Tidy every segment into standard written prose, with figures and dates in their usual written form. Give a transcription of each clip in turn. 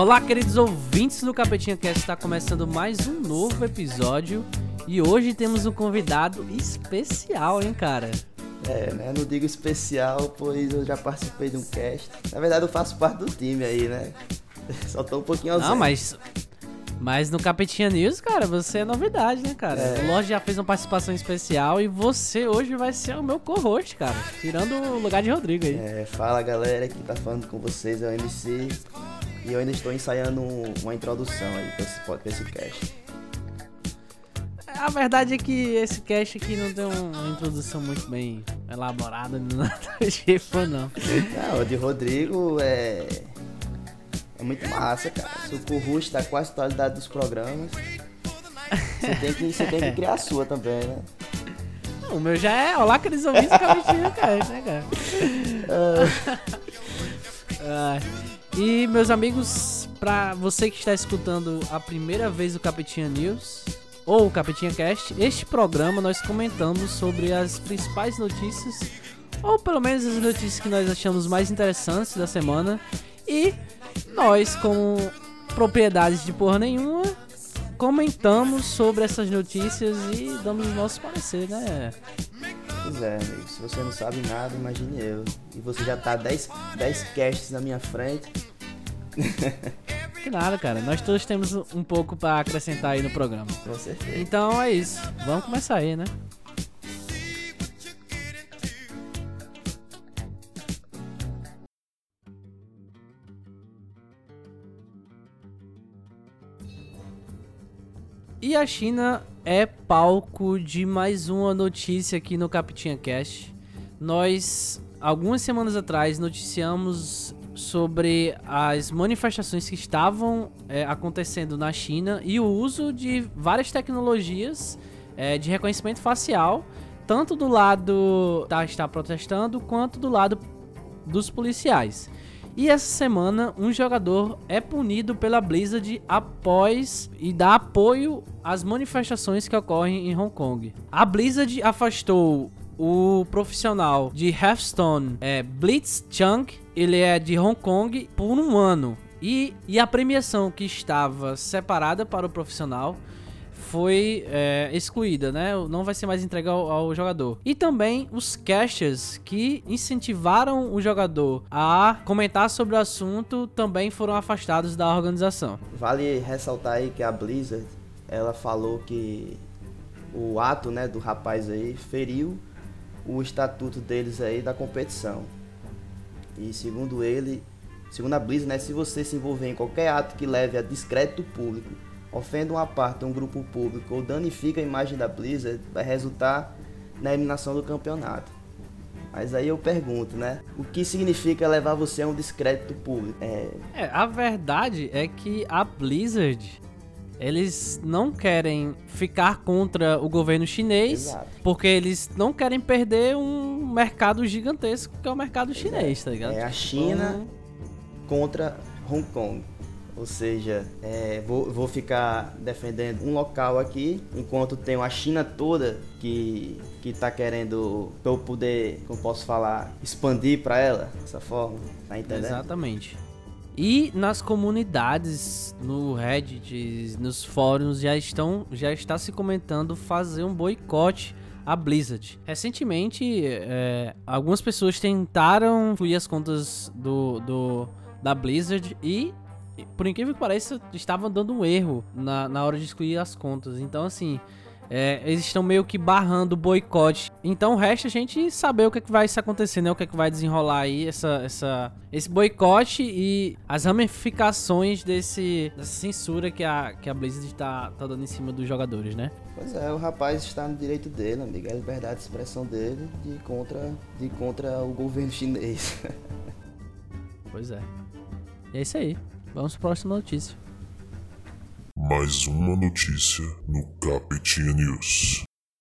Olá, queridos ouvintes do Capetinha Cast, está começando mais um novo episódio e hoje temos um convidado especial, hein, cara? Né? Não digo especial, pois eu já participei de um cast. Na verdade, eu faço parte do time aí, né? Só tô um pouquinho ausente. Não, mas no Capetinha News, cara, você é novidade, né, cara? O Lorde já fez uma participação especial e você hoje vai ser o meu co-host, cara. Tirando o lugar de Rodrigo aí. Fala, galera, quem tá falando com vocês é o MC. E eu ainda estou ensaiando uma introdução aí pra esse cast. A verdade é que esse cast aqui não tem uma introdução muito bem elaborada, nada do tipo, não. Não, o de Rodrigo é muito massa, cara. Sou co-host da quase totalidade dos programas. Você tem que criar a sua também, né? O meu já é. Olá, aqueles ouvintes do Capetinha Cast, né, cara? E, meus amigos, pra você que está escutando a primeira vez o Capetinha News ou o Capetinha Cast, este programa nós comentamos sobre as principais notícias, ou pelo menos as notícias que nós achamos mais interessantes da semana, e nós, como propriedades de porra nenhuma, comentamos sobre essas notícias e damos o nosso parecer, né? Pois é, amigo, se você não sabe nada, imagine eu. E você já tá 10 casts na minha frente. Que nada, cara. Nós todos temos um pouco pra acrescentar aí no programa. Com certeza. Então é isso. Vamos começar aí, né? E a China é palco de mais uma notícia aqui no Capetinha Cast. Nós, algumas semanas atrás, noticiamos sobre as manifestações que estavam acontecendo na China e o uso de várias tecnologias de reconhecimento facial, tanto do lado da está protestando, quanto do lado dos policiais. E essa semana, um jogador é punido pela Blizzard após e dá apoio às manifestações que ocorrem em Hong Kong. A Blizzard afastou o profissional de Hearthstone, Blitz Chang, ele é de Hong Kong, por um ano. E a premiação que estava separada para o profissional foi excluída, né? Não vai ser mais entregue ao jogador. E também os casters que incentivaram o jogador a comentar sobre o assunto também foram afastados da organização. Vale ressaltar aí que a Blizzard, ela falou que o ato, né, do rapaz aí feriu o estatuto deles aí da competição. E segundo a Blizzard, né, se você se envolver em qualquer ato que leve a descrédito público, ofenda uma parte de um grupo público ou danifica a imagem da Blizzard, vai resultar na eliminação do campeonato. Mas aí eu pergunto, né? O que significa levar você a um descrédito público? A verdade é que a Blizzard, eles não querem ficar contra o governo chinês. Exato. Porque eles não querem perder um mercado gigantesco que é o mercado chinês, tá ligado? É a China contra Hong Kong. Ou seja, vou ficar defendendo um local aqui, enquanto tenho a China toda que tá querendo eu poder, como posso falar, expandir para ela, dessa forma, tá entendendo? Exatamente. E nas comunidades, no Reddit, nos fóruns, já está se comentando fazer um boicote à Blizzard. Recentemente, algumas pessoas tentaram incluir as contas da Blizzard e, por incrível que pareça, estavam dando um erro na hora de excluir as contas. Então, assim, eles estão meio que barrando o boicote. Então, resta a gente saber o que vai se acontecer, né? O que vai desenrolar aí esse boicote e as ramificações dessa censura que a Blizzard tá dando em cima dos jogadores, né? Pois é, o rapaz está no direito dele, amigo. É a liberdade de expressão dele de ir contra o governo chinês. Pois é. E é isso aí. Vamos para a próxima notícia. Mais uma notícia no Capetinha News.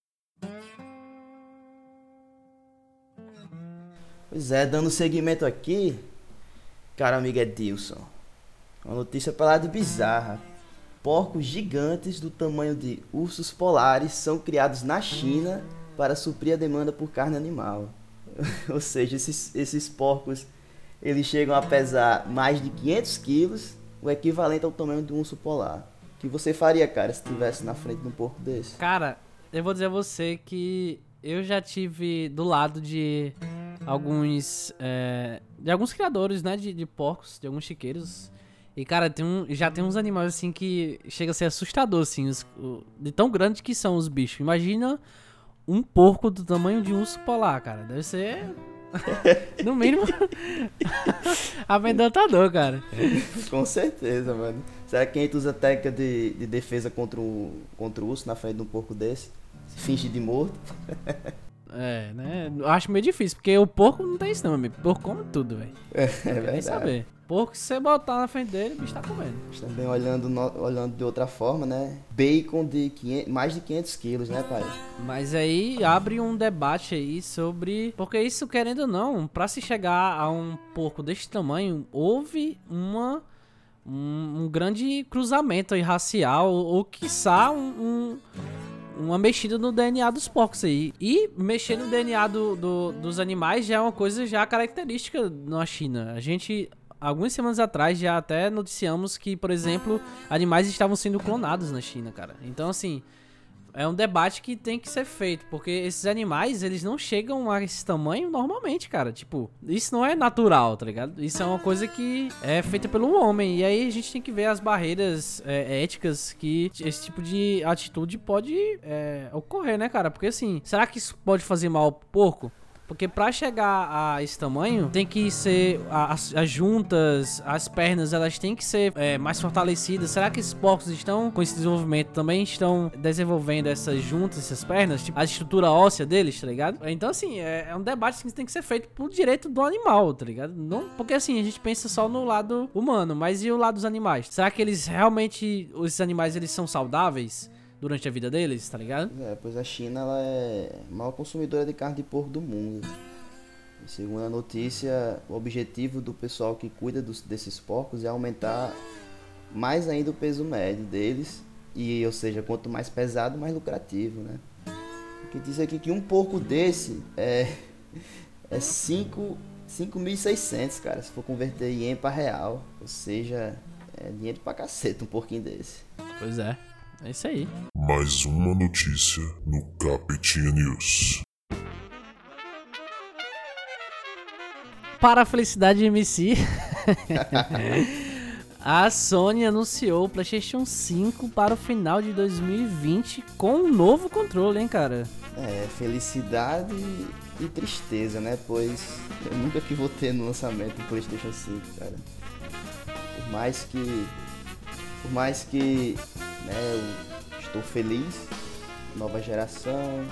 Pois é, dando seguimento aqui, cara, amigo Edilson. Uma notícia pra lá de bizarra. Porcos gigantes do tamanho de ursos polares são criados na China para suprir a demanda por carne animal. Ou seja, esses porcos, eles chegam a pesar mais de 500 quilos, o equivalente ao tamanho de um urso polar. O que você faria, cara, se estivesse na frente de um porco desse? Cara, eu vou dizer a você que eu já tive do lado de alguns criadores, né, de porcos, de alguns chiqueiros. E, cara, já tem uns animais, assim, que chega a ser assustador, assim, de tão grande que são os bichos. Imagina um porco do tamanho de um urso polar, cara. Deve ser, no mínimo, amedrontador, cara. Com certeza, mano. Será que a gente usa técnica de defesa contra o urso na frente de um porco desse? Se finge de morto? É, né? Eu acho meio difícil, porque o porco não tem isso não, amigo. O porco come tudo, velho. É Quer nem verdade. saber. Porco, se você botar na frente dele, o bicho tá comendo. Também olhando de outra forma, né? Bacon de mais de 500 quilos, né, pai? Mas aí abre um debate aí sobre... Porque isso, querendo ou não, pra se chegar a um porco desse tamanho, houve um grande cruzamento aí racial, ou quiçá uma mexida no DNA dos porcos aí. E mexer no DNA dos animais já é uma coisa já característica na China. A gente, algumas semanas atrás, já até noticiamos que, por exemplo, animais estavam sendo clonados na China, cara. Então, assim, é um debate que tem que ser feito, porque esses animais, eles não chegam a esse tamanho normalmente, cara. Tipo, isso não é natural, tá ligado? Isso é uma coisa que é feita pelo homem. E aí a gente tem que ver as barreiras éticas que esse tipo de atitude pode ocorrer, né, cara? Porque assim, será que isso pode fazer mal pro porco? Porque pra chegar a esse tamanho, tem que ser as juntas, as pernas, elas têm que ser mais fortalecidas. Será que esses porcos estão com esse desenvolvimento, também estão desenvolvendo essas juntas, essas pernas, tipo a estrutura óssea deles, tá ligado? Então assim, é um debate que tem que ser feito pro direito do animal, tá ligado? Não, porque assim, a gente pensa só no lado humano, mas e o lado dos animais? Será que eles realmente, esses animais, eles são saudáveis durante a vida deles, tá ligado? Pois a China, ela é a maior consumidora de carne de porco do mundo. E segundo a notícia, o objetivo do pessoal que cuida desses porcos é aumentar mais ainda o peso médio deles. E, ou seja, quanto mais pesado, mais lucrativo, né? Porque diz aqui que um porco desse é 5.600, cara, se for converter ien para real. Ou seja, é dinheiro pra caceta um porquinho desse. Pois é. É isso aí. Mais uma notícia no Capetinha News. Para a felicidade de MC, a Sony anunciou o PlayStation 5 para o final de 2020 com um novo controle, hein, cara? Felicidade e tristeza, né? Pois eu nunca que vou ter no lançamento do PlayStation 5, cara. Por mais que né, eu estou feliz, nova geração,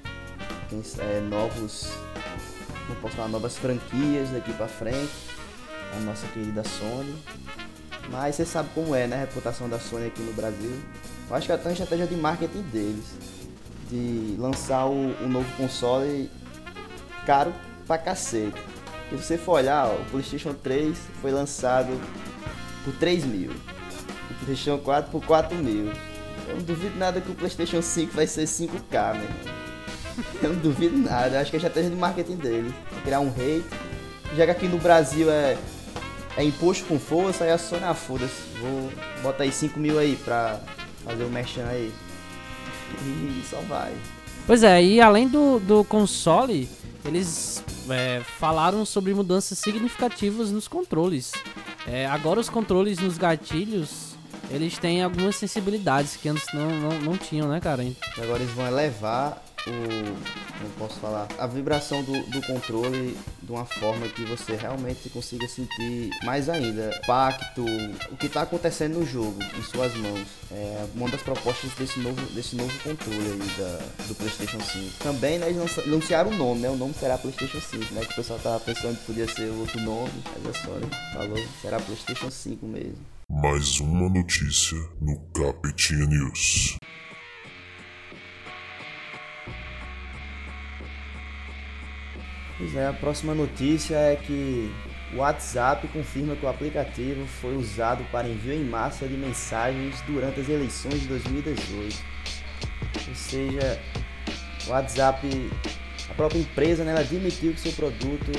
novas franquias daqui pra frente, a nossa querida Sony. Mas você sabe como é, né, a reputação da Sony aqui no Brasil. Eu acho que até a estratégia de marketing deles, de lançar o novo console caro pra cacete. E se você for olhar, o PlayStation 3 foi lançado por 3 mil. O PlayStation 4 por 4 mil. Eu não duvido nada que o PlayStation 5 vai ser 5K, meu irmão. Eu não duvido nada. Acho que é a estratégia de marketing dele. Vai criar um hate. Já que aqui no Brasil é imposto com força, aí a Sony, foda-se. Vou botar aí 5 mil aí pra fazer o merchan aí. E só vai. Pois é, e além do console, eles falaram sobre mudanças significativas nos controles. Agora os controles nos gatilhos, eles têm algumas sensibilidades que antes não tinham, né, cara? Agora eles vão elevar não posso falar, a vibração do controle de uma forma que você realmente consiga sentir mais ainda o impacto, o que está acontecendo no jogo, em suas mãos. É uma das propostas desse novo controle aí do PlayStation 5. Também, né, eles anunciaram o nome, né? O nome será PlayStation 5, né? Que o pessoal tava pensando que podia ser outro nome, mas a Sony falou, será PlayStation 5 mesmo. Mais uma notícia no Capetinha News. Pois é, a próxima notícia é que o WhatsApp confirma que o aplicativo foi usado para envio em massa de mensagens durante as eleições de 2018. Ou seja, o WhatsApp, a própria empresa, né, ela admitiu que seu produto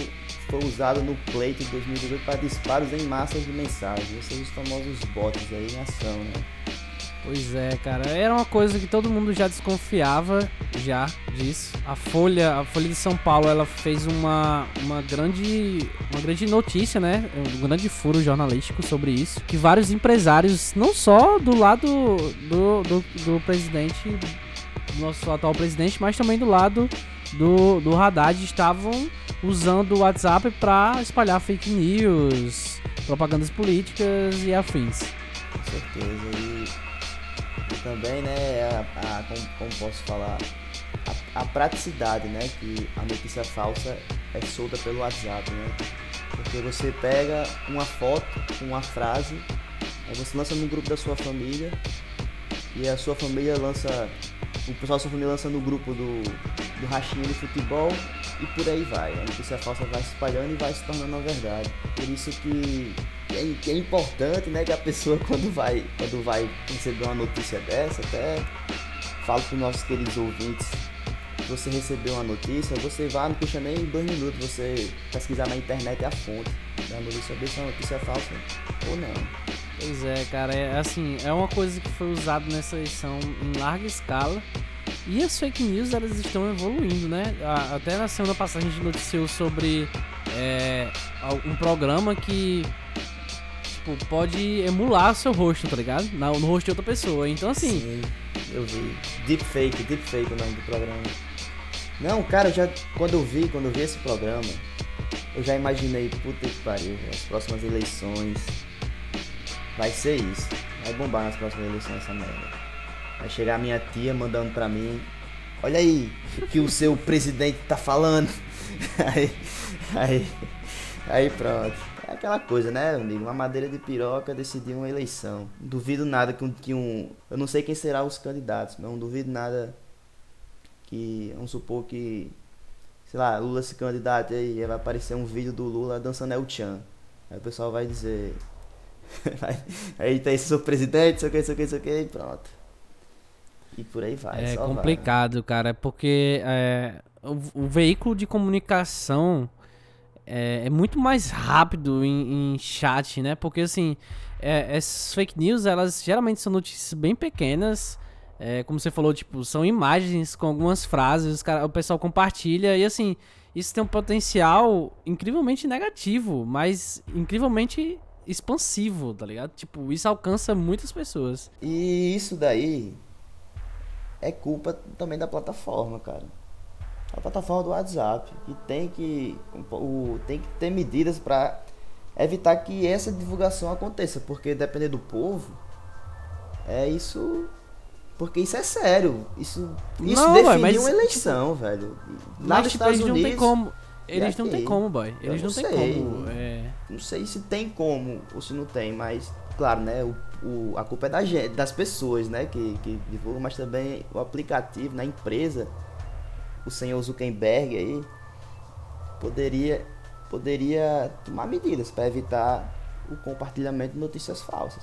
foi usado no pleito de 2018 para disparos em massas de mensagens, ou seja, os famosos bots aí em ação, né? Pois é, cara, era uma coisa que todo mundo já desconfiava disso. A Folha de São Paulo, ela fez uma grande notícia, né? Um grande furo jornalístico sobre isso. Que vários empresários, não só do lado do presidente, do nosso atual presidente, mas também do lado do Haddad, estavam usando o WhatsApp para espalhar fake news, propagandas políticas e afins. Com certeza. E também, né, como posso falar, a praticidade, né, que a notícia falsa é solta pelo WhatsApp, né? Porque você pega uma foto com uma frase, aí você lança no grupo da sua família e a sua família lança, o pessoal da sua família lança no grupo do rachinho de futebol e por aí vai. A notícia falsa vai se espalhando e vai se tornando a verdade. Por isso que é importante, né, que a pessoa quando vai receber uma notícia dessa, até falo para os nossos queridos ouvintes, se você recebeu uma notícia, você vai, não puxa nem 2 minutos, você pesquisar na internet a fonte da notícia, saber se é uma notícia falsa ou não. Pois é, cara, é uma coisa que foi usada nessa edição em larga escala. E as fake news, elas estão evoluindo, né? Até na semana passada a gente noticiou sobre um programa que pode emular seu rosto, tá ligado? No rosto de outra pessoa. Então, assim... Sim, eu vi. Deepfake o nome do programa. Não, cara, quando eu vi esse programa, eu já imaginei, puta que pariu, as próximas eleições vai ser isso. Vai bombar nas próximas eleições essa merda. Vai chegar a minha tia mandando pra mim, olha aí o que o seu presidente tá falando. Aí pronto. É aquela coisa, né, amigo? Uma madeira de piroca decidir uma eleição. Não duvido nada que eu não sei quem serão os candidatos, mas não duvido nada que... Vamos supor que... Sei lá, Lula se candidata aí vai aparecer um vídeo do Lula dançando El Chan. Aí o pessoal vai dizer... aí tá esse seu presidente, sei o que, e pronto. E por aí vai. É complicado, cara, porque o veículo de comunicação é muito mais rápido em chat, né? Porque, assim, essas fake news, elas geralmente são notícias bem pequenas, como você falou, tipo, são imagens com algumas frases, o pessoal compartilha, e, assim, isso tem um potencial incrivelmente negativo, mas incrivelmente expansivo, tá ligado? Tipo, isso alcança muitas pessoas. E isso daí é culpa também da plataforma, cara. A plataforma do WhatsApp, que tem que ter medidas para evitar que essa divulgação aconteça, porque dependendo do povo, porque isso é sério. Isso definiu uma eleição, tipo, velho. Lá nos Estados Unidos, não tem como. Eles não tem como, boy. Eles não tem como. Não sei se tem como ou se não tem, mas claro, né? A culpa é das pessoas, né? Que divulgam, mas também o aplicativo, na empresa, o senhor Zuckerberg aí poderia tomar medidas para evitar o compartilhamento de notícias falsas.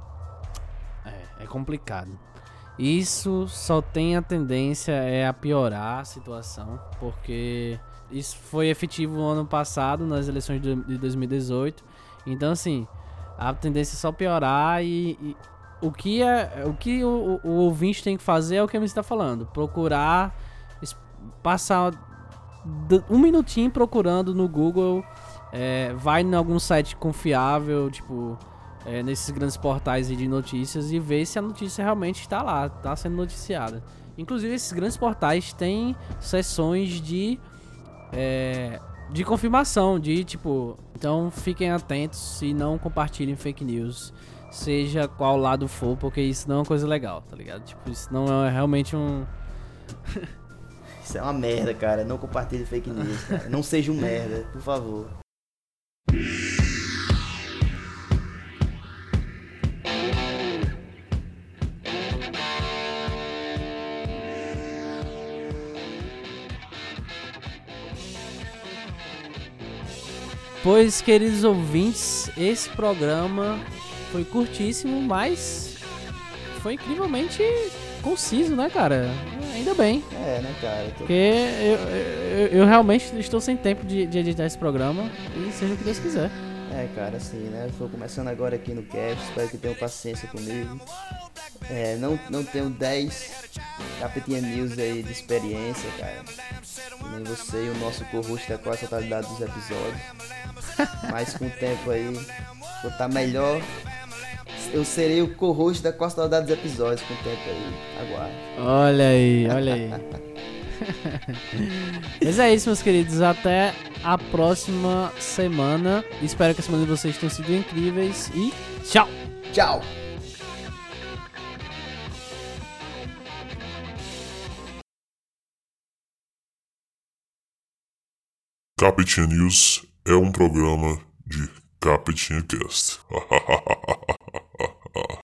É complicado. Isso só tem a tendência a piorar a situação, porque isso foi efetivo no ano passado, nas eleições de 2018. Então, assim, a tendência é só piorar e o que o ouvinte tem que fazer é o que a gente está falando. Procurar passar um minutinho procurando no Google, vai em algum site confiável, tipo... nesses grandes portais de notícias e ver se a notícia realmente está lá, está sendo noticiada. Inclusive, esses grandes portais têm sessões de confirmação, de tipo... Então, fiquem atentos e não compartilhem fake news, seja qual lado for, porque isso não é uma coisa legal, tá ligado? Tipo, isso não é realmente um... Isso é uma merda, cara. Não compartilhe fake news, cara. Não seja um merda, por favor. Pois, queridos ouvintes, esse programa foi curtíssimo, mas foi incrivelmente conciso, né, cara? Ainda bem. É, né, cara? Porque eu realmente estou sem tempo de editar esse programa e seja o que Deus quiser. É, cara, assim, né? Estou começando agora aqui no cast, espero que tenham paciência comigo. Não tenho 10 Capetinha News aí de experiência, cara. Que nem você e o nosso co-host da quase totalidade dos episódios. Mas com o tempo aí, vou estar melhor. Eu serei o co-host da quase totalidade dos episódios com o tempo aí. Aguarde. Olha aí. Mas é isso, meus queridos. Até a próxima semana. Espero que a semana de vocês tenham sido incríveis. E tchau! Tchau! Capetinha News é um programa de Capetinha Cast.